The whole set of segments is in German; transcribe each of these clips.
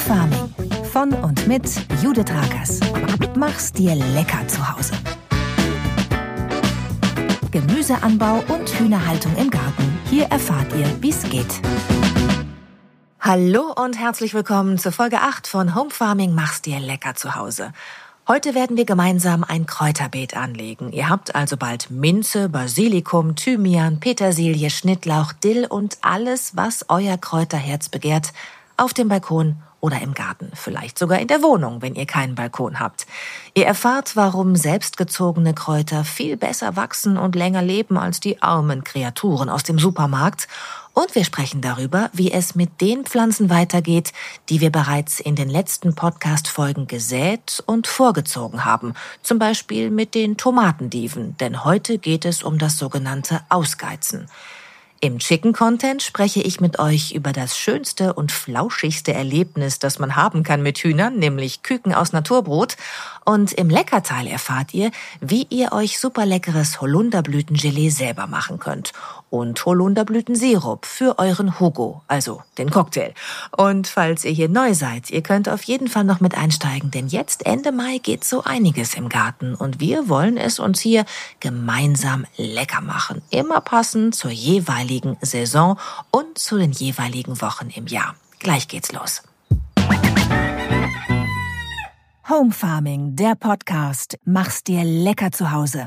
Home Farming von und mit Judith Rakers. Mach's dir lecker zu Hause. Gemüseanbau und Hühnerhaltung im Garten. Hier erfahrt ihr, wie's geht. Hallo und herzlich willkommen zur Folge 8 von Home Farming. Mach's dir lecker zu Hause. Heute werden wir gemeinsam ein Kräuterbeet anlegen. Ihr habt also bald Minze, Basilikum, Thymian, Petersilie, Schnittlauch, Dill und alles, was euer Kräuterherz begehrt, auf dem Balkon oder im Garten. Vielleicht sogar in der Wohnung, wenn ihr keinen Balkon habt. Ihr erfahrt, warum selbstgezogene Kräuter viel besser wachsen und länger leben als die armen Kreaturen aus dem Supermarkt. Und wir sprechen darüber, wie es mit den Pflanzen weitergeht, die wir bereits in den letzten Podcast-Folgen gesät und vorgezogen haben. Zum Beispiel mit den Tomatendieven, denn heute geht es um das sogenannte Ausgeizen. Im Chicken-Content spreche ich mit euch über das schönste und flauschigste Erlebnis, das man haben kann mit Hühnern, nämlich Küken aus Naturbrot. Und im Leckerteil erfahrt ihr, wie ihr euch super leckeres Holunderblütengelee selber machen könnt. Und Holunderblütensirup für euren Hugo, also den Cocktail. Und falls ihr hier neu seid, ihr könnt auf jeden Fall noch mit einsteigen, denn jetzt Ende Mai geht so einiges im Garten und wir wollen es uns hier gemeinsam lecker machen. Immer passend zur jeweiligen Saison und zu den jeweiligen Wochen im Jahr. Gleich geht's los. Home Farming, der Podcast. Mach's dir lecker zu Hause.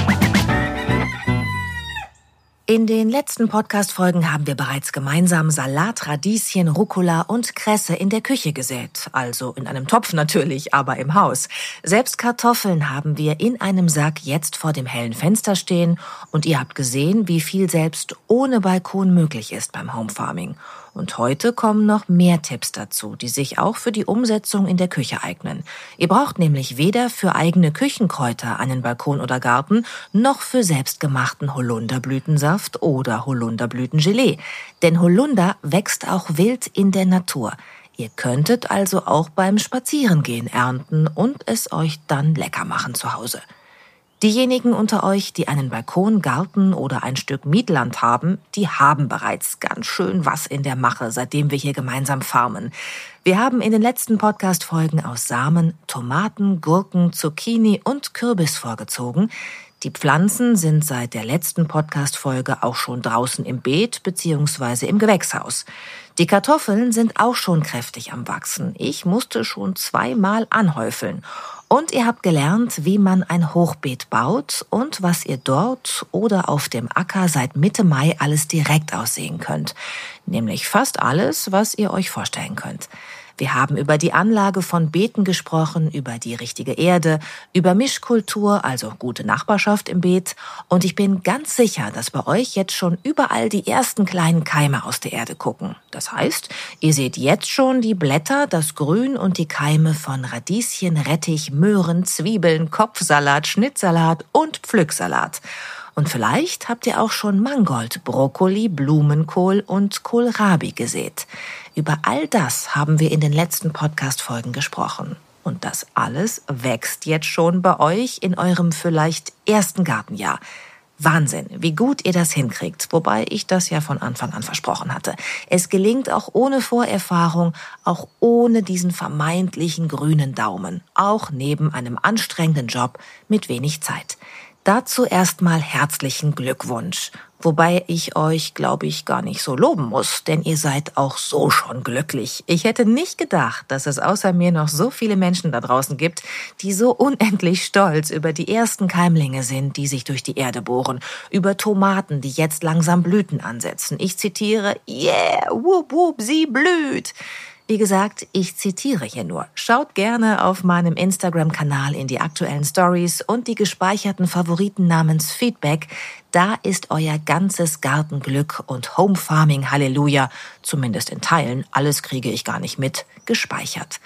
In den letzten Podcast-Folgen haben wir bereits gemeinsam Salat, Radieschen, Rucola und Kresse in der Küche gesät. Also in einem Topf natürlich, aber im Haus. Selbst Kartoffeln haben wir in einem Sack jetzt vor dem hellen Fenster stehen. Und ihr habt gesehen, wie viel selbst ohne Balkon möglich ist beim Home Farming. Und heute kommen noch mehr Tipps dazu, die sich auch für die Umsetzung in der Küche eignen. Ihr braucht nämlich weder für eigene Küchenkräuter einen Balkon oder Garten, noch für selbstgemachten Holunderblütensaft oder Holunderblütengelee. Denn Holunder wächst auch wild in der Natur. Ihr könntet also auch beim Spazierengehen ernten und es euch dann lecker machen zu Hause. Diejenigen unter euch, die einen Balkon, Garten oder ein Stück Mietland haben, die haben bereits ganz schön was in der Mache, seitdem wir hier gemeinsam farmen. Wir haben in den letzten Podcast-Folgen aus Samen Tomaten, Gurken, Zucchini und Kürbis vorgezogen. Die Pflanzen sind seit der letzten Podcast-Folge auch schon draußen im Beet bzw. im Gewächshaus. Die Kartoffeln sind auch schon kräftig am Wachsen. Ich musste schon 2-mal anhäufeln. Und ihr habt gelernt, wie man ein Hochbeet baut und was ihr dort oder auf dem Acker seit Mitte Mai alles direkt aussehen könnt. Nämlich fast alles, was ihr euch vorstellen könnt. Wir haben über die Anlage von Beeten gesprochen, über die richtige Erde, über Mischkultur, also gute Nachbarschaft im Beet. Und ich bin ganz sicher, dass bei euch jetzt schon überall die ersten kleinen Keime aus der Erde gucken. Das heißt, ihr seht jetzt schon die Blätter, das Grün und die Keime von Radieschen, Rettich, Möhren, Zwiebeln, Kopfsalat, Schnittsalat und Pflücksalat. Und vielleicht habt ihr auch schon Mangold, Brokkoli, Blumenkohl und Kohlrabi gesät. Über all das haben wir in den letzten Podcast-Folgen gesprochen. Und das alles wächst jetzt schon bei euch in eurem vielleicht ersten Gartenjahr. Wahnsinn, wie gut ihr das hinkriegt, wobei ich das ja von Anfang an versprochen hatte. Es gelingt auch ohne Vorerfahrung, auch ohne diesen vermeintlichen grünen Daumen, auch neben einem anstrengenden Job mit wenig Zeit. Dazu erstmal herzlichen Glückwunsch. Wobei ich euch, glaube ich, gar nicht so loben muss, denn ihr seid auch so schon glücklich. Ich hätte nicht gedacht, dass es außer mir noch so viele Menschen da draußen gibt, die so unendlich stolz über die ersten Keimlinge sind, die sich durch die Erde bohren, über Tomaten, die jetzt langsam Blüten ansetzen. Ich zitiere, yeah, wup, wup, sie blüht. Wie gesagt, ich zitiere hier nur. Schaut gerne auf meinem Instagram-Kanal in die aktuellen Stories und die gespeicherten Favoriten namens Feedback. Da ist euer ganzes Gartenglück und Home Farming Halleluja, zumindest in Teilen, alles kriege ich gar nicht mit, gespeichert.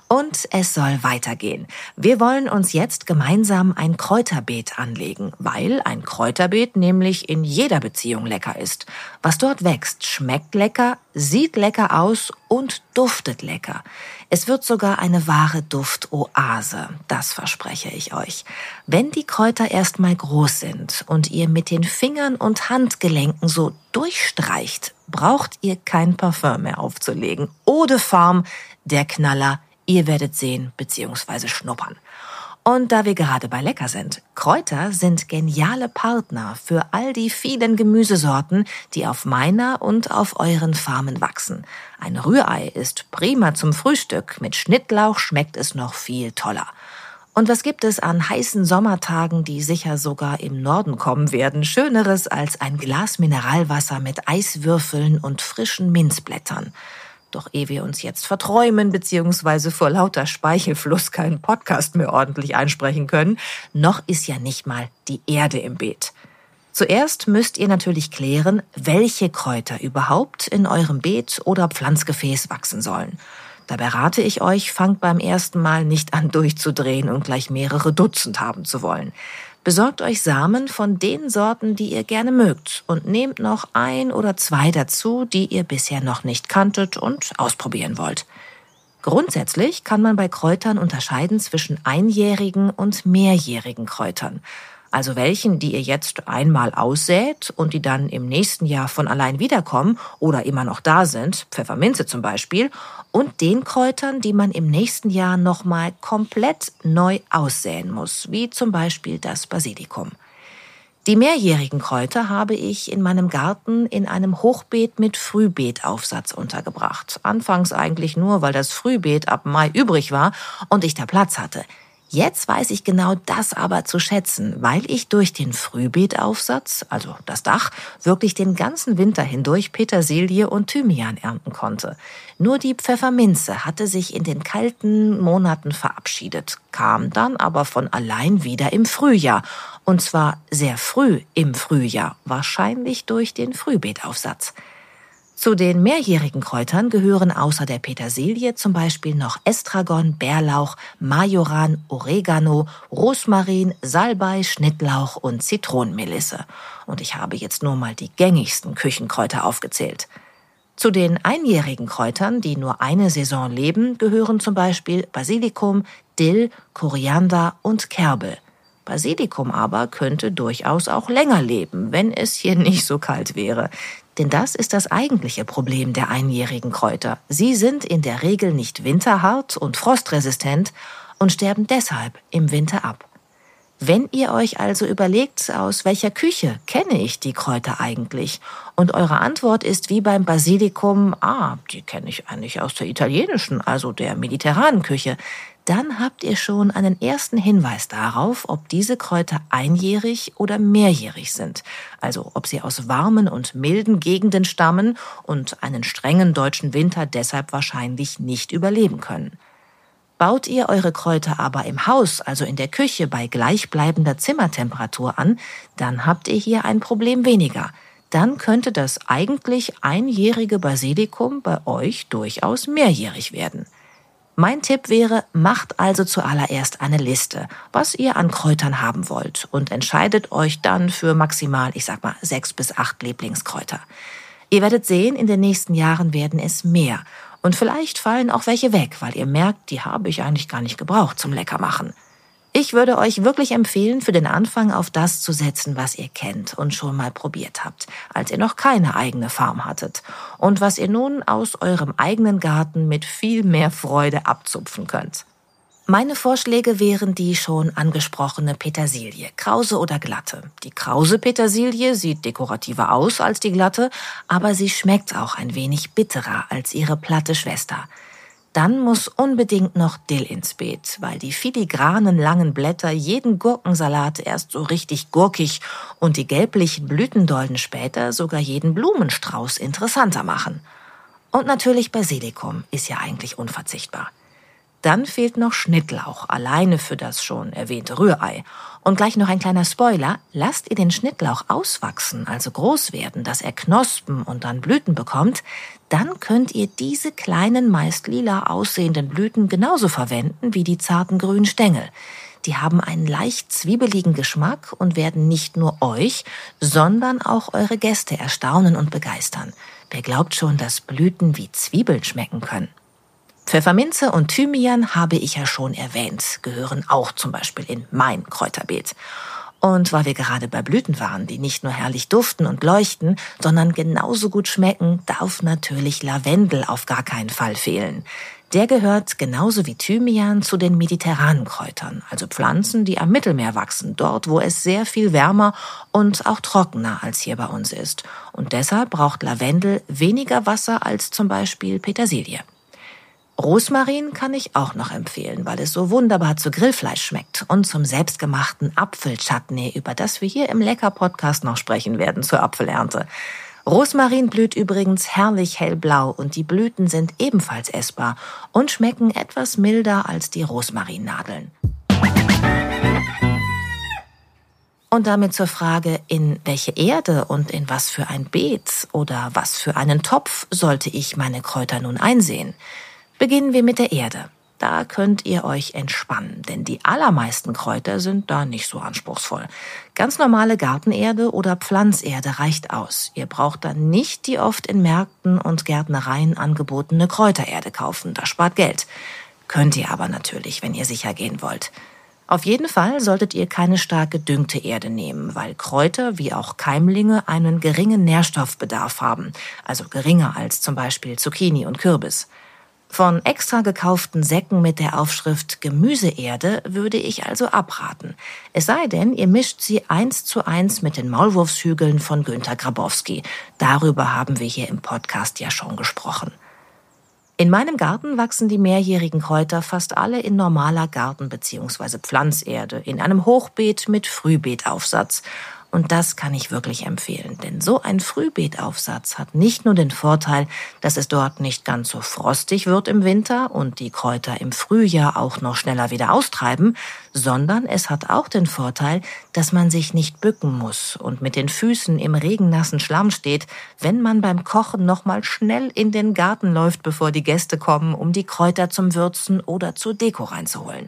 Und es soll weitergehen. Wir wollen uns jetzt gemeinsam ein Kräuterbeet anlegen, weil ein Kräuterbeet nämlich in jeder Beziehung lecker ist. Was dort wächst, schmeckt lecker, sieht lecker aus und duftet lecker. Es wird sogar eine wahre Duftoase, das verspreche ich euch. Wenn die Kräuter erstmal groß sind und ihr mit den Fingern und Handgelenken so durchstreicht, braucht ihr kein Parfum mehr aufzulegen. Eau de Parfum, der Knaller, ihr werdet sehen bzw. schnuppern. Und da wir gerade bei lecker sind, Kräuter sind geniale Partner für all die vielen Gemüsesorten, die auf meiner und auf euren Farmen wachsen. Ein Rührei ist prima zum Frühstück, mit Schnittlauch schmeckt es noch viel toller. Und was gibt es an heißen Sommertagen, die sicher sogar im Norden kommen werden, Schöneres als ein Glas Mineralwasser mit Eiswürfeln und frischen Minzblättern? Doch ehe wir uns jetzt verträumen bzw. vor lauter Speichelfluss keinen Podcast mehr ordentlich einsprechen können, noch ist ja nicht mal die Erde im Beet. Zuerst müsst ihr natürlich klären, welche Kräuter überhaupt in eurem Beet oder Pflanzgefäß wachsen sollen. Dabei rate ich euch, fangt beim ersten Mal nicht an durchzudrehen und gleich mehrere Dutzend haben zu wollen. Besorgt euch Samen von den Sorten, die ihr gerne mögt und nehmt noch 1 oder 2 dazu, die ihr bisher noch nicht kanntet und ausprobieren wollt. Grundsätzlich kann man bei Kräutern unterscheiden zwischen einjährigen und mehrjährigen Kräutern. Also welchen, die ihr jetzt einmal aussät und die dann im nächsten Jahr von allein wiederkommen oder immer noch da sind, Pfefferminze zum Beispiel, und den Kräutern, die man im nächsten Jahr nochmal komplett neu aussäen muss, wie zum Beispiel das Basilikum. Die mehrjährigen Kräuter habe ich in meinem Garten in einem Hochbeet mit Frühbeetaufsatz untergebracht. Anfangs eigentlich nur, weil das Frühbeet ab Mai übrig war und ich da Platz hatte. Jetzt weiß ich genau das aber zu schätzen, weil ich durch den Frühbeetaufsatz, also das Dach, wirklich den ganzen Winter hindurch Petersilie und Thymian ernten konnte. Nur die Pfefferminze hatte sich in den kalten Monaten verabschiedet, kam dann aber von allein wieder im Frühjahr. Und zwar sehr früh im Frühjahr, wahrscheinlich durch den Frühbeetaufsatz. Zu den mehrjährigen Kräutern gehören außer der Petersilie zum Beispiel noch Estragon, Bärlauch, Majoran, Oregano, Rosmarin, Salbei, Schnittlauch und Zitronenmelisse. Und ich habe jetzt nur mal die gängigsten Küchenkräuter aufgezählt. Zu den einjährigen Kräutern, die nur eine Saison leben, gehören zum Beispiel Basilikum, Dill, Koriander und Kerbel. Basilikum aber könnte durchaus auch länger leben, wenn es hier nicht so kalt wäre. Denn das ist das eigentliche Problem der einjährigen Kräuter. Sie sind in der Regel nicht winterhart und frostresistent und sterben deshalb im Winter ab. Wenn ihr euch also überlegt, aus welcher Küche kenne ich die Kräuter eigentlich, und eure Antwort ist wie beim Basilikum, die kenne ich eigentlich aus der italienischen, also der mediterranen Küche, dann habt ihr schon einen ersten Hinweis darauf, ob diese Kräuter einjährig oder mehrjährig sind. Also ob sie aus warmen und milden Gegenden stammen und einen strengen deutschen Winter deshalb wahrscheinlich nicht überleben können. Baut ihr eure Kräuter aber im Haus, also in der Küche, bei gleichbleibender Zimmertemperatur an, dann habt ihr hier ein Problem weniger. Dann könnte das eigentlich einjährige Basilikum bei euch durchaus mehrjährig werden. Mein Tipp wäre, macht also zuallererst eine Liste, was ihr an Kräutern haben wollt und entscheidet euch dann für maximal, 6 bis 8 Lieblingskräuter. Ihr werdet sehen, in den nächsten Jahren werden es mehr. Und vielleicht fallen auch welche weg, weil ihr merkt, die habe ich eigentlich gar nicht gebraucht zum Leckermachen. Ich würde euch wirklich empfehlen, für den Anfang auf das zu setzen, was ihr kennt und schon mal probiert habt, als ihr noch keine eigene Farm hattet und was ihr nun aus eurem eigenen Garten mit viel mehr Freude abzupfen könnt. Meine Vorschläge wären die schon angesprochene Petersilie, krause oder glatte. Die krause Petersilie sieht dekorativer aus als die glatte, aber sie schmeckt auch ein wenig bitterer als ihre platte Schwester. Dann muss unbedingt noch Dill ins Beet, weil die filigranen langen Blätter jeden Gurkensalat erst so richtig gurkig und die gelblichen Blütendolden später sogar jeden Blumenstrauß interessanter machen. Und natürlich Basilikum ist ja eigentlich unverzichtbar. Dann fehlt noch Schnittlauch, alleine für das schon erwähnte Rührei. Und gleich noch ein kleiner Spoiler, lasst ihr den Schnittlauch auswachsen, also groß werden, dass er Knospen und dann Blüten bekommt, dann könnt ihr diese kleinen, meist lila aussehenden Blüten genauso verwenden wie die zarten grünen Stängel. Die haben einen leicht zwiebeligen Geschmack und werden nicht nur euch, sondern auch eure Gäste erstaunen und begeistern. Wer glaubt schon, dass Blüten wie Zwiebeln schmecken können? Pfefferminze und Thymian habe ich ja schon erwähnt, gehören auch zum Beispiel in mein Kräuterbeet. Und weil wir gerade bei Blüten waren, die nicht nur herrlich duften und leuchten, sondern genauso gut schmecken, darf natürlich Lavendel auf gar keinen Fall fehlen. Der gehört genauso wie Thymian zu den mediterranen Kräutern, also Pflanzen, die am Mittelmeer wachsen, dort wo es sehr viel wärmer und auch trockener als hier bei uns ist. Und deshalb braucht Lavendel weniger Wasser als zum Beispiel Petersilie. Rosmarin kann ich auch noch empfehlen, weil es so wunderbar zu Grillfleisch schmeckt und zum selbstgemachten Apfelchutney, über das wir hier im Lecker-Podcast noch sprechen werden zur Apfelernte. Rosmarin blüht übrigens herrlich hellblau und die Blüten sind ebenfalls essbar und schmecken etwas milder als die Rosmarinnadeln. Und damit zur Frage, in welche Erde und in was für ein Beet oder was für einen Topf sollte ich meine Kräuter nun einsehen? Beginnen wir mit der Erde. Da könnt ihr euch entspannen, denn die allermeisten Kräuter sind da nicht so anspruchsvoll. Ganz normale Gartenerde oder Pflanzerde reicht aus. Ihr braucht dann nicht die oft in Märkten und Gärtnereien angebotene Kräutererde kaufen. Das spart Geld. Könnt ihr aber natürlich, wenn ihr sicher gehen wollt. Auf jeden Fall solltet ihr keine stark gedüngte Erde nehmen, weil Kräuter wie auch Keimlinge einen geringen Nährstoffbedarf haben, also geringer als zum Beispiel Zucchini und Kürbis. Von extra gekauften Säcken mit der Aufschrift Gemüseerde würde ich also abraten. Es sei denn, ihr mischt sie 1:1 mit den Maulwurfshügeln von Günter Grabowski. Darüber haben wir hier im Podcast ja schon gesprochen. In meinem Garten wachsen die mehrjährigen Kräuter fast alle in normaler Garten- bzw. Pflanzerde, in einem Hochbeet mit Frühbeetaufsatz. Und das kann ich wirklich empfehlen, denn so ein Frühbeetaufsatz hat nicht nur den Vorteil, dass es dort nicht ganz so frostig wird im Winter und die Kräuter im Frühjahr auch noch schneller wieder austreiben, sondern es hat auch den Vorteil, dass man sich nicht bücken muss und mit den Füßen im regennassen Schlamm steht, wenn man beim Kochen noch mal schnell in den Garten läuft, bevor die Gäste kommen, um die Kräuter zum Würzen oder zur Deko reinzuholen.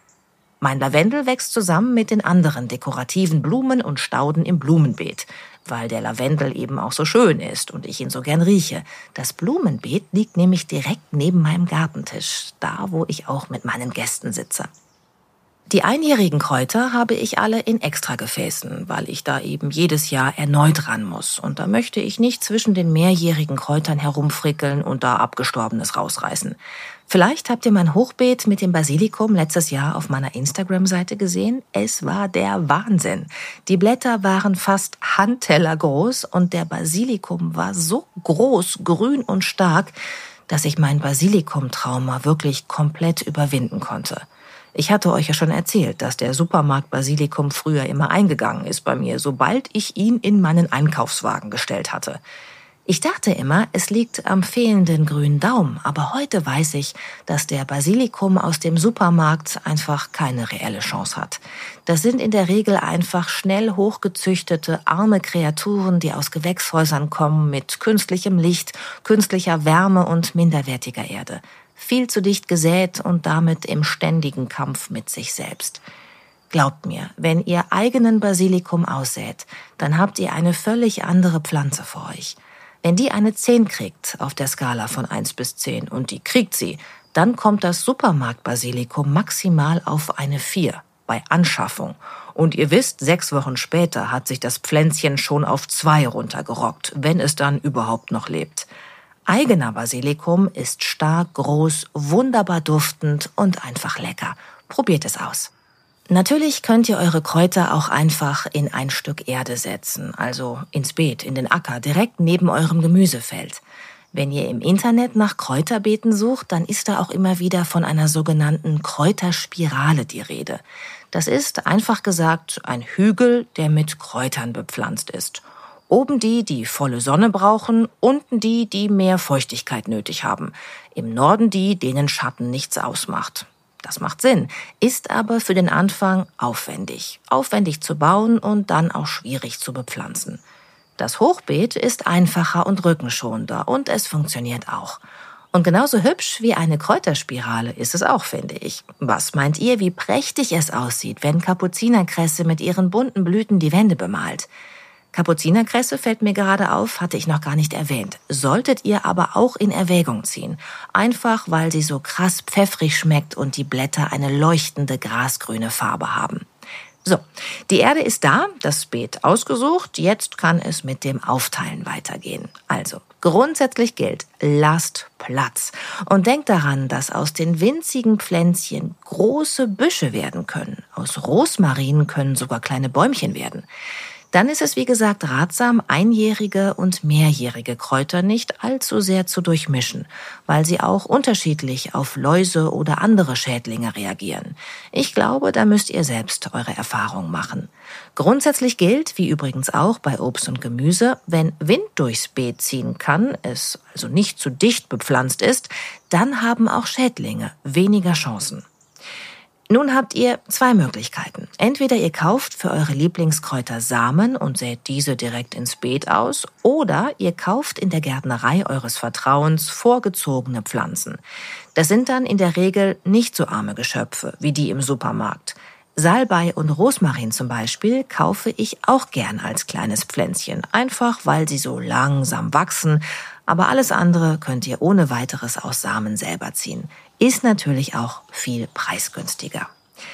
Mein Lavendel wächst zusammen mit den anderen dekorativen Blumen und Stauden im Blumenbeet, weil der Lavendel eben auch so schön ist und ich ihn so gern rieche. Das Blumenbeet liegt nämlich direkt neben meinem Gartentisch, da wo ich auch mit meinen Gästen sitze. Die einjährigen Kräuter habe ich alle in Extragefäßen, weil ich da eben jedes Jahr erneut ran muss. Und da möchte ich nicht zwischen den mehrjährigen Kräutern herumfrickeln und da Abgestorbenes rausreißen. Vielleicht habt ihr mein Hochbeet mit dem Basilikum letztes Jahr auf meiner Instagram-Seite gesehen. Es war der Wahnsinn. Die Blätter waren fast Handteller groß und der Basilikum war so groß, grün und stark, dass ich mein Basilikum-Trauma wirklich komplett überwinden konnte. Ich hatte euch ja schon erzählt, dass der Supermarkt Basilikum früher immer eingegangen ist bei mir, sobald ich ihn in meinen Einkaufswagen gestellt hatte. Ich dachte immer, es liegt am fehlenden grünen Daumen, aber heute weiß ich, dass der Basilikum aus dem Supermarkt einfach keine reelle Chance hat. Das sind in der Regel einfach schnell hochgezüchtete, arme Kreaturen, die aus Gewächshäusern kommen mit künstlichem Licht, künstlicher Wärme und minderwertiger Erde. Viel zu dicht gesät und damit im ständigen Kampf mit sich selbst. Glaubt mir, wenn ihr eigenen Basilikum aussät, dann habt ihr eine völlig andere Pflanze vor euch. Wenn die eine 10 kriegt auf der Skala von 1 bis 10 und die kriegt sie, dann kommt das Supermarkt-Basilikum maximal auf eine 4 bei Anschaffung. Und ihr wisst, 6 Wochen später hat sich das Pflänzchen schon auf 2 runtergerockt, wenn es dann überhaupt noch lebt. Eigener Basilikum ist stark, groß, wunderbar duftend und einfach lecker. Probiert es aus. Natürlich könnt ihr eure Kräuter auch einfach in ein Stück Erde setzen, also ins Beet, in den Acker, direkt neben eurem Gemüsefeld. Wenn ihr im Internet nach Kräuterbeeten sucht, dann ist da auch immer wieder von einer sogenannten Kräuterspirale die Rede. Das ist, einfach gesagt, ein Hügel, der mit Kräutern bepflanzt ist. Oben die, die volle Sonne brauchen, unten die, die mehr Feuchtigkeit nötig haben. Im Norden die, denen Schatten nichts ausmacht. Das macht Sinn, ist aber für den Anfang aufwendig. Aufwendig zu bauen und dann auch schwierig zu bepflanzen. Das Hochbeet ist einfacher und rückenschonender und es funktioniert auch. Und genauso hübsch wie eine Kräuterspirale ist es auch, finde ich. Was meint ihr, wie prächtig es aussieht, wenn Kapuzinerkresse mit ihren bunten Blüten die Wände bemalt? Kapuzinerkresse, fällt mir gerade auf, hatte ich noch gar nicht erwähnt. Solltet ihr aber auch in Erwägung ziehen. Einfach, weil sie so krass pfeffrig schmeckt und die Blätter eine leuchtende grasgrüne Farbe haben. So, die Erde ist da, das Beet ausgesucht, jetzt kann es mit dem Aufteilen weitergehen. Also, grundsätzlich gilt, lasst Platz. Und denkt daran, dass aus den winzigen Pflänzchen große Büsche werden können. Aus Rosmarin können sogar kleine Bäumchen werden. Dann ist es, wie gesagt, ratsam, einjährige und mehrjährige Kräuter nicht allzu sehr zu durchmischen, weil sie auch unterschiedlich auf Läuse oder andere Schädlinge reagieren. Ich glaube, da müsst ihr selbst eure Erfahrung machen. Grundsätzlich gilt, wie übrigens auch bei Obst und Gemüse, wenn Wind durchs Beet ziehen kann, es also nicht zu dicht bepflanzt ist, dann haben auch Schädlinge weniger Chancen. Nun habt ihr zwei Möglichkeiten. Entweder ihr kauft für eure Lieblingskräuter Samen und sät diese direkt ins Beet aus, oder ihr kauft in der Gärtnerei eures Vertrauens vorgezogene Pflanzen. Das sind dann in der Regel nicht so arme Geschöpfe wie die im Supermarkt. Salbei und Rosmarin zum Beispiel kaufe ich auch gern als kleines Pflänzchen, einfach weil sie so langsam wachsen, aber alles andere könnt ihr ohne weiteres aus Samen selber ziehen. Ist natürlich auch viel preisgünstiger.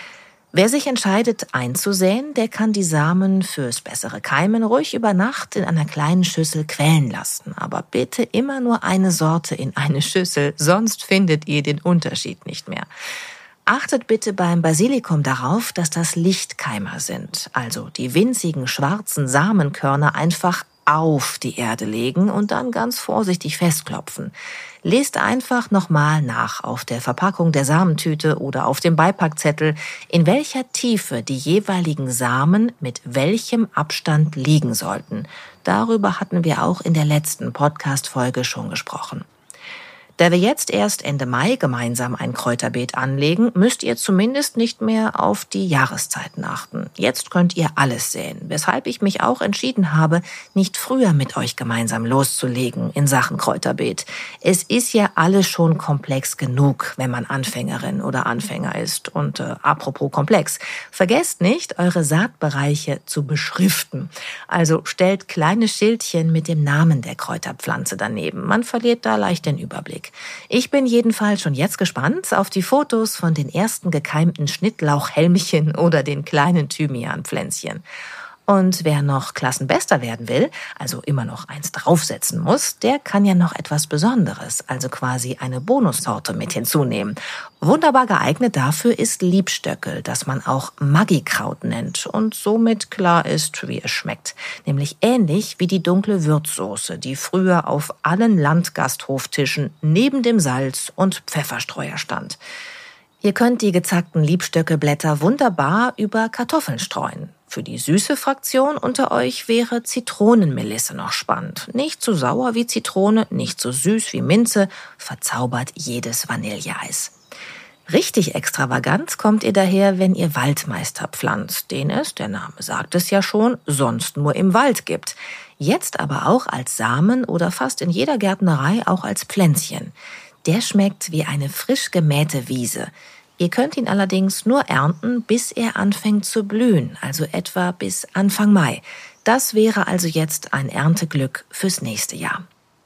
Wer sich entscheidet einzusäen, der kann die Samen fürs bessere Keimen ruhig über Nacht in einer kleinen Schüssel quellen lassen. Aber bitte immer nur eine Sorte in eine Schüssel, sonst findet ihr den Unterschied nicht mehr. Achtet bitte beim Basilikum darauf, dass das Lichtkeimer sind, also die winzigen schwarzen Samenkörner einfach auf die Erde legen und dann ganz vorsichtig festklopfen. Lest einfach nochmal nach auf der Verpackung der Samentüte oder auf dem Beipackzettel, in welcher Tiefe die jeweiligen Samen mit welchem Abstand liegen sollten. Darüber hatten wir auch in der letzten Podcast-Folge schon gesprochen. Da wir jetzt erst Ende Mai gemeinsam ein Kräuterbeet anlegen, müsst ihr zumindest nicht mehr auf die Jahreszeiten achten. Jetzt könnt ihr alles säen, weshalb ich mich auch entschieden habe, nicht früher mit euch gemeinsam loszulegen in Sachen Kräuterbeet. Es ist ja alles schon komplex genug, wenn man Anfängerin oder Anfänger ist. Und apropos komplex, vergesst nicht, eure Saatbereiche zu beschriften. Also stellt kleine Schildchen mit dem Namen der Kräuterpflanze daneben. Man verliert da leicht den Überblick. Ich bin jedenfalls schon jetzt gespannt auf die Fotos von den ersten gekeimten Schnittlauchhelmchen oder den kleinen Thymianpflänzchen. Und wer noch Klassenbester werden will, also immer noch eins draufsetzen muss, der kann ja noch etwas Besonderes, also quasi eine Bonussorte mit hinzunehmen. Wunderbar geeignet dafür ist Liebstöckel, das man auch Maggikraut nennt und somit klar ist, wie es schmeckt. Nämlich ähnlich wie die dunkle Würzsoße, die früher auf allen Landgasthoftischen neben dem Salz- und Pfefferstreuer stand. Ihr könnt die gezackten Liebstöckelblätter wunderbar über Kartoffeln streuen. Für die süße Fraktion unter euch wäre Zitronenmelisse noch spannend. Nicht zu sauer wie Zitrone, nicht so süß wie Minze, verzaubert jedes Vanilleeis. Richtig extravagant kommt ihr daher, wenn ihr Waldmeister pflanzt, den es, der Name sagt es ja schon, sonst nur im Wald gibt. Jetzt aber auch als Samen oder fast in jeder Gärtnerei auch als Pflänzchen. Der schmeckt wie eine frisch gemähte Wiese. Ihr könnt ihn allerdings nur ernten, bis er anfängt zu blühen, also etwa bis Anfang Mai. Das wäre also jetzt ein Ernteglück fürs nächste Jahr.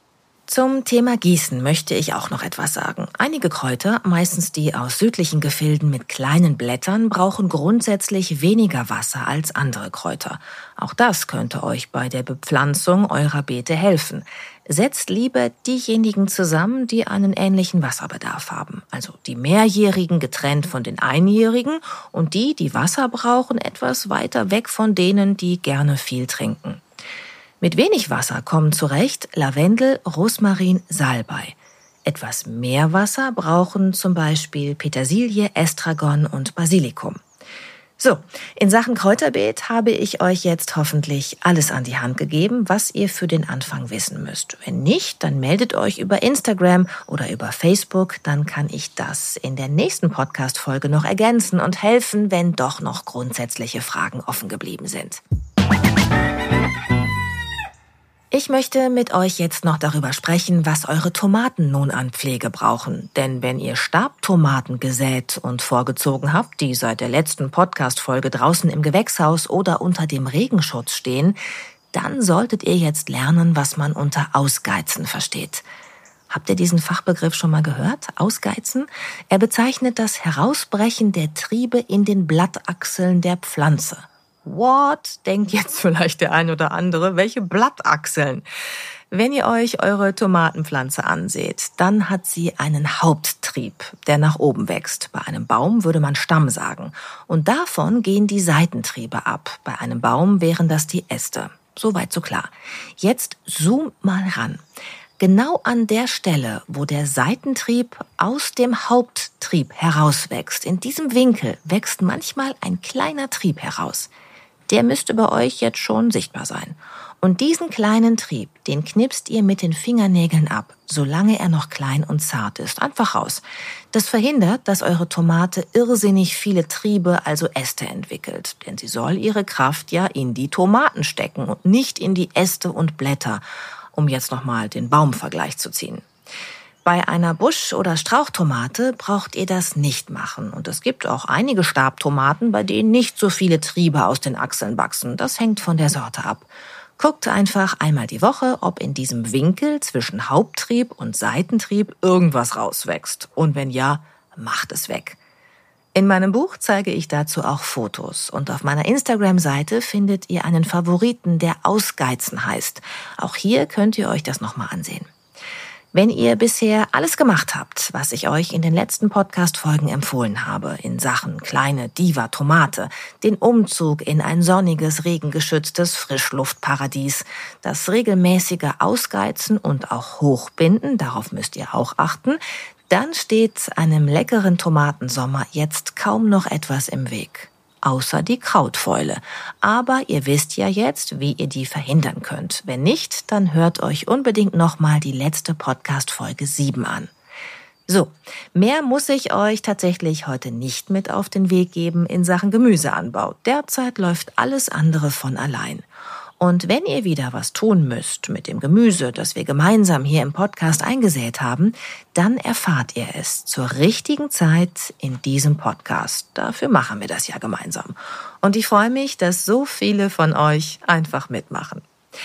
Zum Thema Gießen möchte ich auch noch etwas sagen. Einige Kräuter, meistens die aus südlichen Gefilden mit kleinen Blättern, brauchen grundsätzlich weniger Wasser als andere Kräuter. Auch das könnte euch bei der Bepflanzung eurer Beete helfen. Setzt lieber diejenigen zusammen, die einen ähnlichen Wasserbedarf haben. Also die Mehrjährigen getrennt von den Einjährigen und die, die Wasser brauchen, etwas weiter weg von denen, die gerne viel trinken. Mit wenig Wasser kommen zurecht Lavendel, Rosmarin, Salbei. Etwas mehr Wasser brauchen zum Beispiel Petersilie, Estragon und Basilikum. So, in Sachen Kräuterbeet habe ich euch jetzt hoffentlich alles an die Hand gegeben, was ihr für den Anfang wissen müsst. Wenn nicht, dann meldet euch über Instagram oder über Facebook, dann kann ich das in der nächsten Podcast-Folge noch ergänzen und helfen, wenn doch noch grundsätzliche Fragen offen geblieben sind. Ich möchte mit euch jetzt noch darüber sprechen, was eure Tomaten nun an Pflege brauchen. Denn wenn ihr Stabtomaten gesät und vorgezogen habt, die seit der letzten Podcast-Folge draußen im Gewächshaus oder unter dem Regenschutz stehen, dann solltet ihr jetzt lernen, was man unter Ausgeizen versteht. Habt ihr diesen Fachbegriff schon mal gehört? Ausgeizen? Er bezeichnet das Herausbrechen der Triebe in den Blattachseln der Pflanze. What? Denkt jetzt vielleicht der ein oder andere, welche Blattachseln? Wenn ihr euch eure Tomatenpflanze anseht, dann hat sie einen Haupttrieb, der nach oben wächst. Bei einem Baum würde man Stamm sagen. Und davon gehen die Seitentriebe ab. Bei einem Baum wären das die Äste. Soweit so klar. Jetzt zoom mal ran. Genau an der Stelle, wo der Seitentrieb aus dem Haupttrieb herauswächst, in diesem Winkel wächst manchmal ein kleiner Trieb heraus. Der müsste bei euch jetzt schon sichtbar sein. Und diesen kleinen Trieb, den knipst ihr mit den Fingernägeln ab, solange er noch klein und zart ist. Einfach raus. Das verhindert, dass eure Tomate irrsinnig viele Triebe, also Äste, entwickelt. Denn sie soll ihre Kraft ja in die Tomaten stecken und nicht in die Äste und Blätter, um jetzt nochmal den Baumvergleich zu ziehen. Bei einer Busch- oder Strauchtomate braucht ihr das nicht machen. Und es gibt auch einige Stabtomaten, bei denen nicht so viele Triebe aus den Achseln wachsen. Das hängt von der Sorte ab. Guckt einfach einmal die Woche, ob in diesem Winkel zwischen Haupttrieb und Seitentrieb irgendwas rauswächst. Und wenn ja, macht es weg. In meinem Buch zeige ich dazu auch Fotos. Und auf meiner Instagram-Seite findet ihr einen Favoriten, der Ausgeizen heißt. Auch hier könnt ihr euch das nochmal ansehen. Wenn ihr bisher alles gemacht habt, was ich euch in den letzten Podcast-Folgen empfohlen habe, in Sachen kleine Diva-Tomate, den Umzug in ein sonniges, regengeschütztes Frischluftparadies, das regelmäßige Ausgeizen und auch Hochbinden, darauf müsst ihr auch achten, dann steht einem leckeren Tomatensommer jetzt kaum noch etwas im Weg. Außer die Krautfäule. Aber ihr wisst ja jetzt, wie ihr die verhindern könnt. Wenn nicht, dann hört euch unbedingt nochmal die letzte Podcast-Folge 7 an. So, mehr muss ich euch tatsächlich heute nicht mit auf den Weg geben in Sachen Gemüseanbau. Derzeit läuft alles andere von allein. Und wenn ihr wieder was tun müsst mit dem Gemüse, das wir gemeinsam hier im Podcast eingesät haben, dann erfahrt ihr es zur richtigen Zeit in diesem Podcast. Dafür machen wir das ja gemeinsam. Und ich freue mich, dass so viele von euch einfach mitmachen.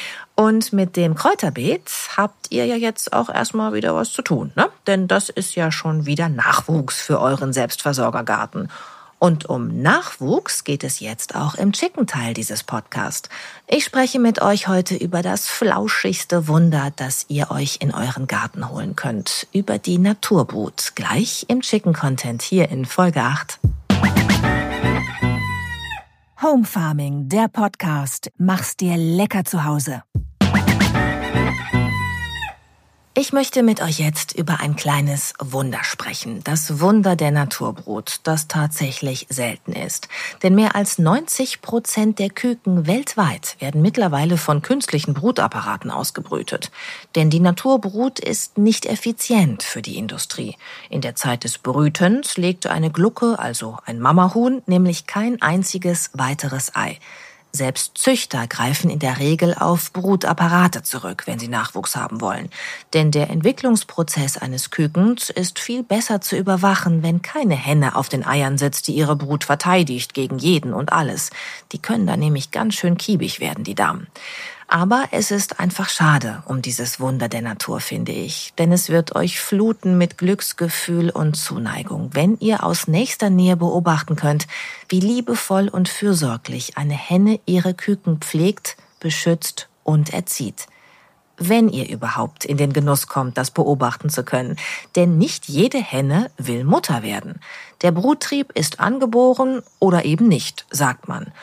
Und mit dem Kräuterbeet habt ihr ja jetzt auch erstmal wieder was zu tun, ne? Denn das ist ja schon wieder Nachwuchs für euren Selbstversorgergarten. Und um Nachwuchs geht es jetzt auch im Chicken-Teil dieses Podcasts. Ich spreche mit euch heute über das flauschigste Wunder, das ihr euch in euren Garten holen könnt. Über die Naturbrut. Gleich im Chicken-Content hier in Folge 8. Home Farming, der Podcast. Mach's dir lecker zu Hause. Ich möchte mit euch jetzt über ein kleines Wunder sprechen. Das Wunder der Naturbrut, das tatsächlich selten ist. Denn mehr als 90% der Küken weltweit werden mittlerweile von künstlichen Brutapparaten ausgebrütet. Denn die Naturbrut ist nicht effizient für die Industrie. In der Zeit des Brütens legt eine Glucke, also ein Mamahuhn, nämlich kein einziges weiteres Ei. Selbst Züchter greifen in der Regel auf Brutapparate zurück, wenn sie Nachwuchs haben wollen. Denn der Entwicklungsprozess eines Kükens ist viel besser zu überwachen, wenn keine Henne auf den Eiern sitzt, die ihre Brut verteidigt gegen jeden und alles. Die können da nämlich ganz schön kiebig werden, die Damen. Aber es ist einfach schade um dieses Wunder der Natur, finde ich. Denn es wird euch fluten mit Glücksgefühl und Zuneigung, wenn ihr aus nächster Nähe beobachten könnt, wie liebevoll und fürsorglich eine Henne ihre Küken pflegt, beschützt und erzieht. Wenn ihr überhaupt in den Genuss kommt, das beobachten zu können. Denn nicht jede Henne will Mutter werden. Der Bruttrieb ist angeboren oder eben nicht, sagt man.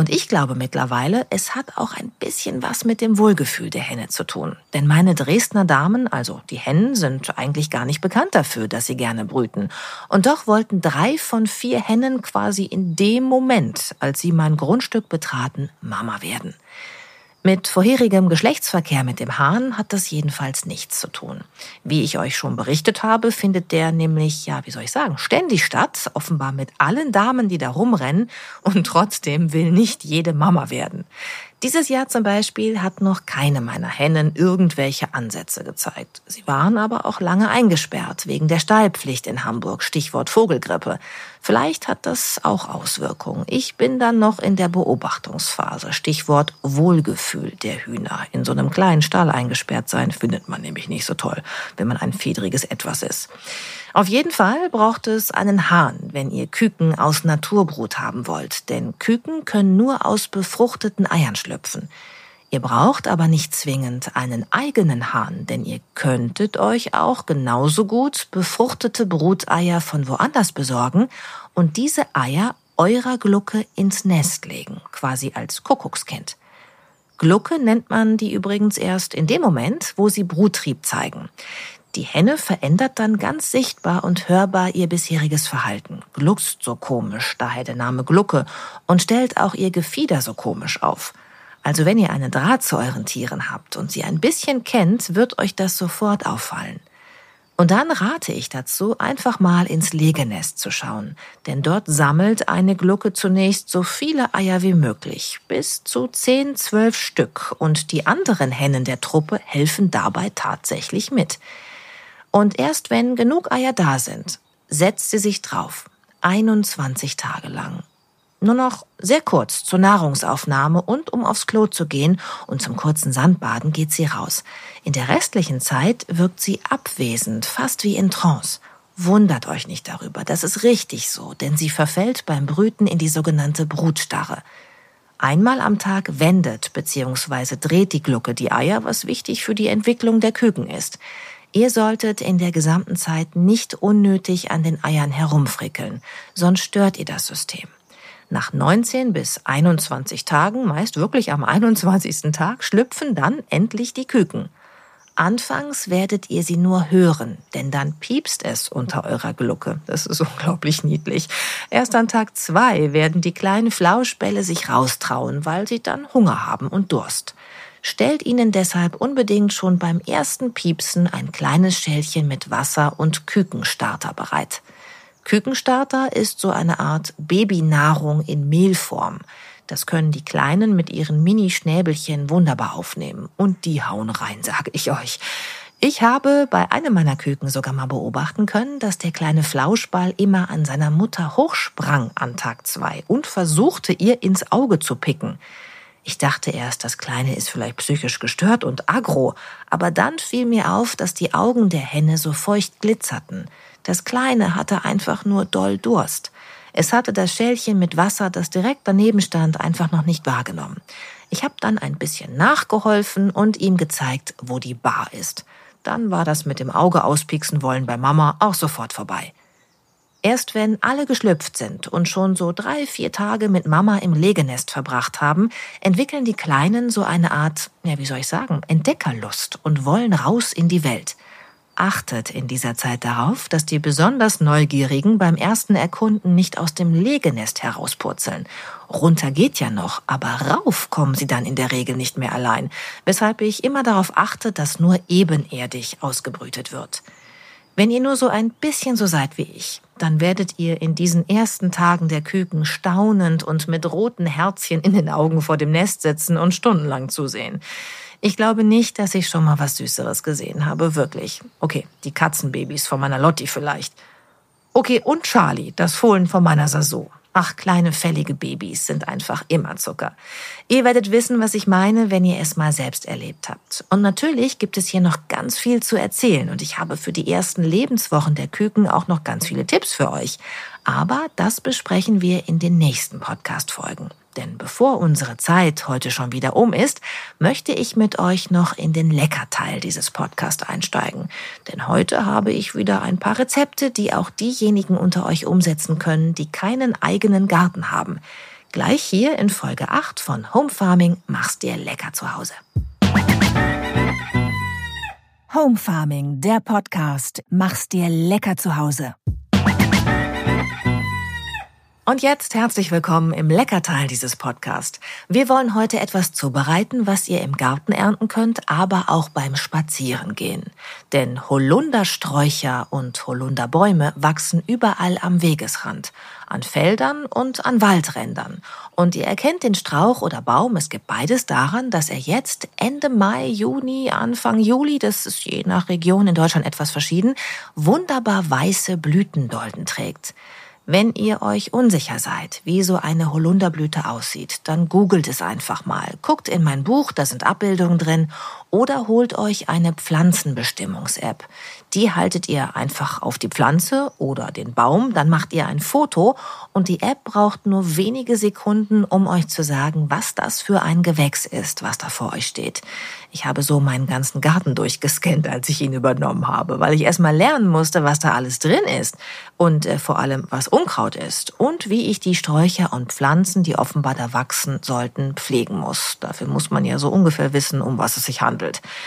Und ich glaube mittlerweile, es hat auch ein bisschen was mit dem Wohlgefühl der Henne zu tun. Denn meine Dresdner Damen, also die Hennen, sind eigentlich gar nicht bekannt dafür, dass sie gerne brüten. Und doch wollten 3 von 4 Hennen quasi in dem Moment, als sie mein Grundstück betraten, Mama werden. Mit vorherigem Geschlechtsverkehr mit dem Hahn hat das jedenfalls nichts zu tun. Wie ich euch schon berichtet habe, findet der nämlich, ständig statt, offenbar mit allen Damen, die da rumrennen, und trotzdem will nicht jede Mama werden. Dieses Jahr zum Beispiel hat noch keine meiner Hennen irgendwelche Ansätze gezeigt. Sie waren aber auch lange eingesperrt, wegen der Stallpflicht in Hamburg, Stichwort Vogelgrippe. Vielleicht hat das auch Auswirkungen. Ich bin dann noch in der Beobachtungsphase, Stichwort Wohlgefühl der Hühner. In so einem kleinen Stall eingesperrt sein findet man nämlich nicht so toll, wenn man ein fedriges Etwas ist. Auf jeden Fall braucht es einen Hahn, wenn ihr Küken aus Naturbrut haben wollt. Denn Küken können nur aus befruchteten Eiern schlüpfen. Ihr braucht aber nicht zwingend einen eigenen Hahn, denn ihr könntet euch auch genauso gut befruchtete Bruteier von woanders besorgen und diese Eier eurer Glucke ins Nest legen, quasi als Kuckuckskind. Glucke nennt man die übrigens erst in dem Moment, wo sie Bruttrieb zeigen. Die Henne verändert dann ganz sichtbar und hörbar ihr bisheriges Verhalten, gluckst so komisch, daher der Name Glucke, und stellt auch ihr Gefieder so komisch auf. Also wenn ihr einen Draht zu euren Tieren habt und sie ein bisschen kennt, wird euch das sofort auffallen. Und dann rate ich dazu, einfach mal ins Legenest zu schauen, denn dort sammelt eine Glucke zunächst so viele Eier wie möglich, bis zu 10, 12 Stück, und die anderen Hennen der Truppe helfen dabei tatsächlich mit. Und erst wenn genug Eier da sind, setzt sie sich drauf, 21 Tage lang. Nur noch sehr kurz zur Nahrungsaufnahme und um aufs Klo zu gehen, und zum kurzen Sandbaden geht sie raus. In der restlichen Zeit wirkt sie abwesend, fast wie in Trance. Wundert euch nicht darüber, das ist richtig so, denn sie verfällt beim Brüten in die sogenannte Brutstarre. Einmal am Tag wendet bzw. dreht die Glucke die Eier, was wichtig für die Entwicklung der Küken ist. Ihr solltet in der gesamten Zeit nicht unnötig an den Eiern herumfrickeln, sonst stört ihr das System. Nach 19 bis 21 Tagen, meist wirklich am 21. Tag, schlüpfen dann endlich die Küken. Anfangs werdet ihr sie nur hören, denn dann piepst es unter eurer Glucke. Das ist unglaublich niedlich. Erst an Tag 2 werden die kleinen Flauschbälle sich raustrauen, weil sie dann Hunger haben und Durst. Stellt ihnen deshalb unbedingt schon beim ersten Piepsen ein kleines Schälchen mit Wasser und Kükenstarter bereit. Kükenstarter ist so eine Art Babynahrung in Mehlform. Das können die Kleinen mit ihren Mini-Schnäbelchen wunderbar aufnehmen. Und die hauen rein, sage ich euch. Ich habe bei einem meiner Küken sogar mal beobachten können, dass der kleine Flauschball immer an seiner Mutter hochsprang an Tag 2 und versuchte, ihr ins Auge zu picken. Ich dachte erst, das Kleine ist vielleicht psychisch gestört und aggro, aber dann fiel mir auf, dass die Augen der Henne so feucht glitzerten. Das Kleine hatte einfach nur doll Durst. Es hatte das Schälchen mit Wasser, das direkt daneben stand, einfach noch nicht wahrgenommen. Ich habe dann ein bisschen nachgeholfen und ihm gezeigt, wo die Bar ist. Dann war das mit dem Auge auspieksen wollen bei Mama auch sofort vorbei. Erst wenn alle geschlüpft sind und schon so 3, 4 Tage mit Mama im Legenest verbracht haben, entwickeln die Kleinen so eine Art, Entdeckerlust und wollen raus in die Welt. Achtet in dieser Zeit darauf, dass die besonders Neugierigen beim ersten Erkunden nicht aus dem Legenest herauspurzeln. Runter geht ja noch, aber rauf kommen sie dann in der Regel nicht mehr allein, weshalb ich immer darauf achte, dass nur ebenerdig ausgebrütet wird. Wenn ihr nur so ein bisschen so seid wie ich, dann werdet ihr in diesen ersten Tagen der Küken staunend und mit roten Herzchen in den Augen vor dem Nest sitzen und stundenlang zusehen. Ich glaube nicht, dass ich schon mal was Süßeres gesehen habe, wirklich. Okay, die Katzenbabys von meiner Lotti vielleicht. Okay, und Charlie, das Fohlen von meiner Sasu. Ach, kleine fällige Babys sind einfach immer Zucker. Ihr werdet wissen, was ich meine, wenn ihr es mal selbst erlebt habt. Und natürlich gibt es hier noch ganz viel zu erzählen und ich habe für die ersten Lebenswochen der Küken auch noch ganz viele Tipps für euch. Aber das besprechen wir in den nächsten Podcast-Folgen. Denn bevor unsere Zeit heute schon wieder um ist, möchte ich mit euch noch in den Leckerteil dieses Podcasts einsteigen. Denn heute habe ich wieder ein paar Rezepte, die auch diejenigen unter euch umsetzen können, die keinen eigenen Garten haben. Gleich hier in Folge 8 von Home Farming mach's dir lecker zu Hause. Home Farming, der Podcast, mach's dir lecker zu Hause. Und jetzt herzlich willkommen im Leckerteil dieses Podcasts. Wir wollen heute etwas zubereiten, was ihr im Garten ernten könnt, aber auch beim Spazierengehen. Denn Holundersträucher und Holunderbäume wachsen überall am Wegesrand, an Feldern und an Waldrändern. Und ihr erkennt den Strauch oder Baum, es gibt beides daran, dass er jetzt Ende Mai, Juni, Anfang Juli, das ist je nach Region in Deutschland etwas verschieden, wunderbar weiße Blütendolden trägt. Wenn ihr euch unsicher seid, wie so eine Holunderblüte aussieht, dann googelt es einfach mal. Guckt in mein Buch, da sind Abbildungen drin, oder holt euch eine Pflanzenbestimmungs-App. Die haltet ihr einfach auf die Pflanze oder den Baum, dann macht ihr ein Foto und die App braucht nur wenige Sekunden, um euch zu sagen, was das für ein Gewächs ist, was da vor euch steht. Ich habe so meinen ganzen Garten durchgescannt, als ich ihn übernommen habe, weil ich erst mal lernen musste, was da alles drin ist und vor allem, was Unkraut ist und wie ich die Sträucher und Pflanzen, die offenbar da wachsen sollten, pflegen muss. Dafür muss man ja so ungefähr wissen, um was es sich handelt.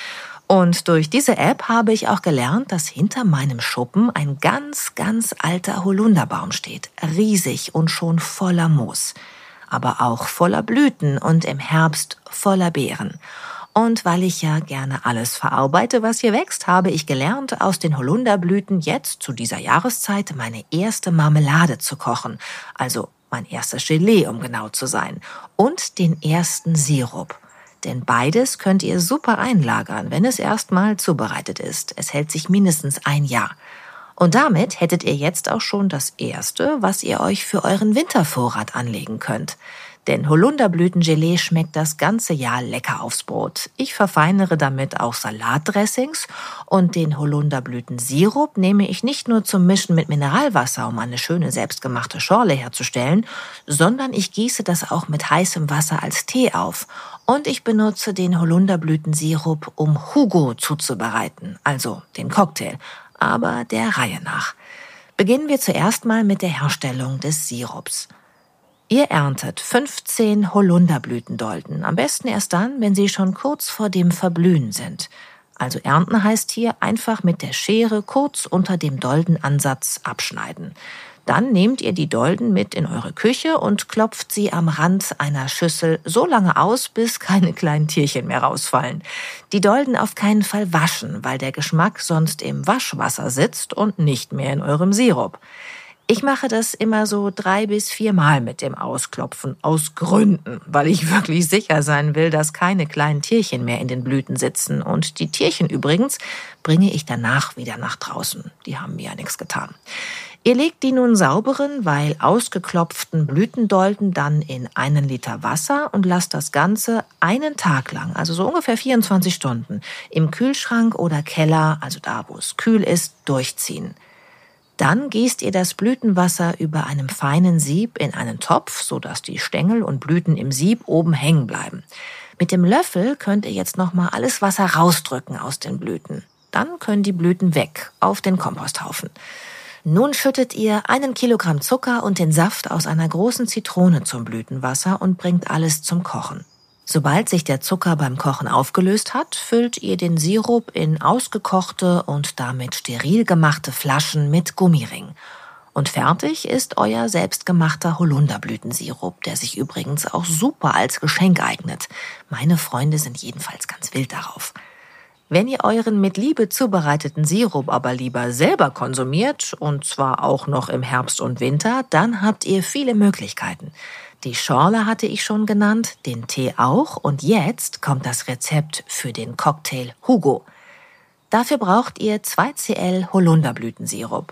Und durch diese App habe ich auch gelernt, dass hinter meinem Schuppen ein ganz, ganz alter Holunderbaum steht. Riesig und schon voller Moos. Aber auch voller Blüten und im Herbst voller Beeren. Und weil ich ja gerne alles verarbeite, was hier wächst, habe ich gelernt, aus den Holunderblüten jetzt zu dieser Jahreszeit meine erste Marmelade zu kochen. Also mein erstes Gelee, um genau zu sein. Und den ersten Sirup. Denn beides könnt ihr super einlagern, wenn es erstmal zubereitet ist. Es hält sich mindestens ein Jahr. Und damit hättet ihr jetzt auch schon das Erste, was ihr euch für euren Wintervorrat anlegen könnt. Denn Holunderblütengelee schmeckt das ganze Jahr lecker aufs Brot. Ich verfeinere damit auch Salatdressings und den Holunderblütensirup nehme ich nicht nur zum Mischen mit Mineralwasser, um eine schöne selbstgemachte Schorle herzustellen, sondern ich gieße das auch mit heißem Wasser als Tee auf. Und ich benutze den Holunderblütensirup, um Hugo zuzubereiten, also den Cocktail, aber der Reihe nach. Beginnen wir zuerst mal mit der Herstellung des Sirups. Ihr erntet 15 Holunderblütendolden, am besten erst dann, wenn sie schon kurz vor dem Verblühen sind. Also ernten heißt hier einfach mit der Schere kurz unter dem Doldenansatz abschneiden. Dann nehmt ihr die Dolden mit in eure Küche und klopft sie am Rand einer Schüssel so lange aus, bis keine kleinen Tierchen mehr rausfallen. Die Dolden auf keinen Fall waschen, weil der Geschmack sonst im Waschwasser sitzt und nicht mehr in eurem Sirup. Ich mache das immer so 3 bis 4 Mal mit dem Ausklopfen, aus Gründen, weil ich wirklich sicher sein will, dass keine kleinen Tierchen mehr in den Blüten sitzen. Und die Tierchen übrigens bringe ich danach wieder nach draußen. Die haben mir ja nichts getan. Ihr legt die nun sauberen, weil ausgeklopften Blütendolden dann in 1 Liter Wasser und lasst das Ganze einen Tag lang, also so ungefähr 24 Stunden, im Kühlschrank oder Keller, also da, wo es kühl ist, durchziehen. Dann gießt ihr das Blütenwasser über einem feinen Sieb in einen Topf, sodass die Stängel und Blüten im Sieb oben hängen bleiben. Mit dem Löffel könnt ihr jetzt nochmal alles Wasser rausdrücken aus den Blüten. Dann können die Blüten weg auf den Komposthaufen. Nun schüttet ihr 1 Kilogramm Zucker und den Saft aus einer großen Zitrone zum Blütenwasser und bringt alles zum Kochen. Sobald sich der Zucker beim Kochen aufgelöst hat, füllt ihr den Sirup in ausgekochte und damit steril gemachte Flaschen mit Gummiring. Und fertig ist euer selbstgemachter Holunderblütensirup, der sich übrigens auch super als Geschenk eignet. Meine Freunde sind jedenfalls ganz wild darauf. Wenn ihr euren mit Liebe zubereiteten Sirup aber lieber selber konsumiert, und zwar auch noch im Herbst und Winter, dann habt ihr viele Möglichkeiten. Die Schorle hatte ich schon genannt, den Tee auch und jetzt kommt das Rezept für den Cocktail Hugo. Dafür braucht ihr 2 Cl Holunderblütensirup,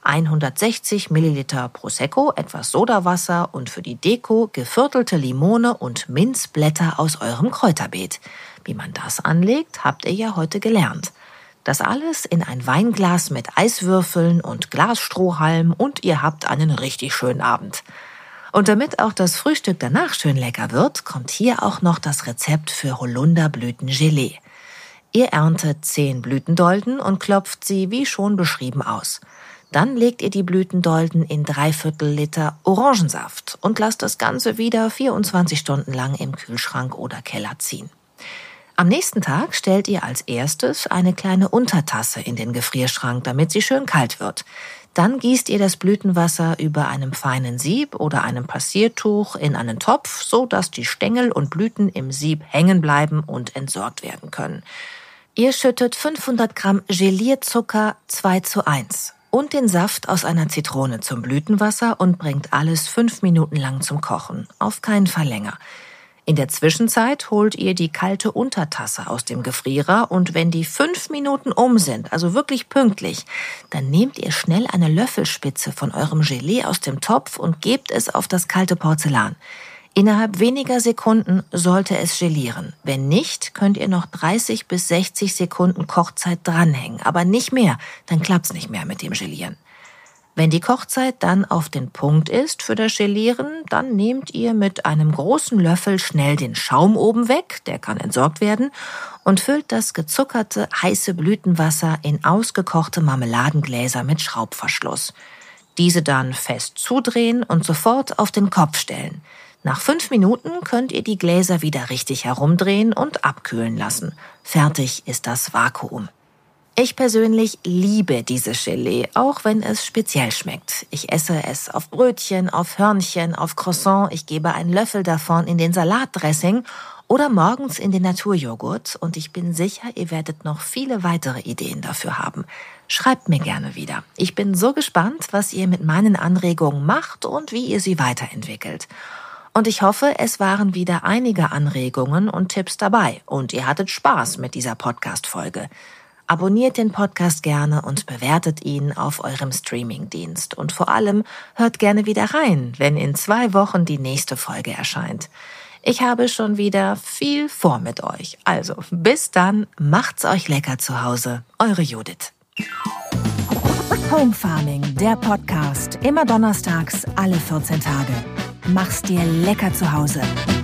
160 Milliliter Prosecco, etwas Sodawasser und für die Deko geviertelte Limone und Minzblätter aus eurem Kräuterbeet. Wie man das anlegt, habt ihr ja heute gelernt. Das alles in ein Weinglas mit Eiswürfeln und Glasstrohhalm und ihr habt einen richtig schönen Abend. Und damit auch das Frühstück danach schön lecker wird, kommt hier auch noch das Rezept für Holunderblütengelee. Ihr erntet 10 Blütendolden und klopft sie wie schon beschrieben aus. Dann legt ihr die Blütendolden in 3/4 Liter Orangensaft und lasst das Ganze wieder 24 Stunden lang im Kühlschrank oder Keller ziehen. Am nächsten Tag stellt ihr als erstes eine kleine Untertasse in den Gefrierschrank, damit sie schön kalt wird. Dann gießt ihr das Blütenwasser über einem feinen Sieb oder einem Passiertuch in einen Topf, so dass die Stängel und Blüten im Sieb hängen bleiben und entsorgt werden können. Ihr schüttet 500 Gramm Gelierzucker 2:1 und den Saft aus einer Zitrone zum Blütenwasser und bringt alles 5 Minuten lang zum Kochen. Auf keinen Fall länger. In der Zwischenzeit holt ihr die kalte Untertasse aus dem Gefrierer und wenn die 5 Minuten um sind, also wirklich pünktlich, dann nehmt ihr schnell eine Löffelspitze von eurem Gelee aus dem Topf und gebt es auf das kalte Porzellan. Innerhalb weniger Sekunden sollte es gelieren. Wenn nicht, könnt ihr noch 30 bis 60 Sekunden Kochzeit dranhängen, aber nicht mehr, dann klappt's nicht mehr mit dem Gelieren. Wenn die Kochzeit dann auf den Punkt ist für das Gelieren, dann nehmt ihr mit einem großen Löffel schnell den Schaum oben weg, der kann entsorgt werden, und füllt das gezuckerte, heiße Blütenwasser in ausgekochte Marmeladengläser mit Schraubverschluss. Diese dann fest zudrehen und sofort auf den Kopf stellen. Nach 5 Minuten könnt ihr die Gläser wieder richtig herumdrehen und abkühlen lassen. Fertig ist das Vakuum. Ich persönlich liebe dieses Gelee, auch wenn es speziell schmeckt. Ich esse es auf Brötchen, auf Hörnchen, auf Croissant. Ich gebe einen Löffel davon in den Salatdressing oder morgens in den Naturjoghurt. Und ich bin sicher, ihr werdet noch viele weitere Ideen dafür haben. Schreibt mir gerne wieder. Ich bin so gespannt, was ihr mit meinen Anregungen macht und wie ihr sie weiterentwickelt. Und ich hoffe, es waren wieder einige Anregungen und Tipps dabei. Und ihr hattet Spaß mit dieser Podcast-Folge. Abonniert den Podcast gerne und bewertet ihn auf eurem Streamingdienst. Und vor allem hört gerne wieder rein, wenn in 2 Wochen die nächste Folge erscheint. Ich habe schon wieder viel vor mit euch. Also bis dann, macht's euch lecker zu Hause. Eure Judith. Home Farming, der Podcast. Immer donnerstags, alle 14 Tage. Mach's dir lecker zu Hause.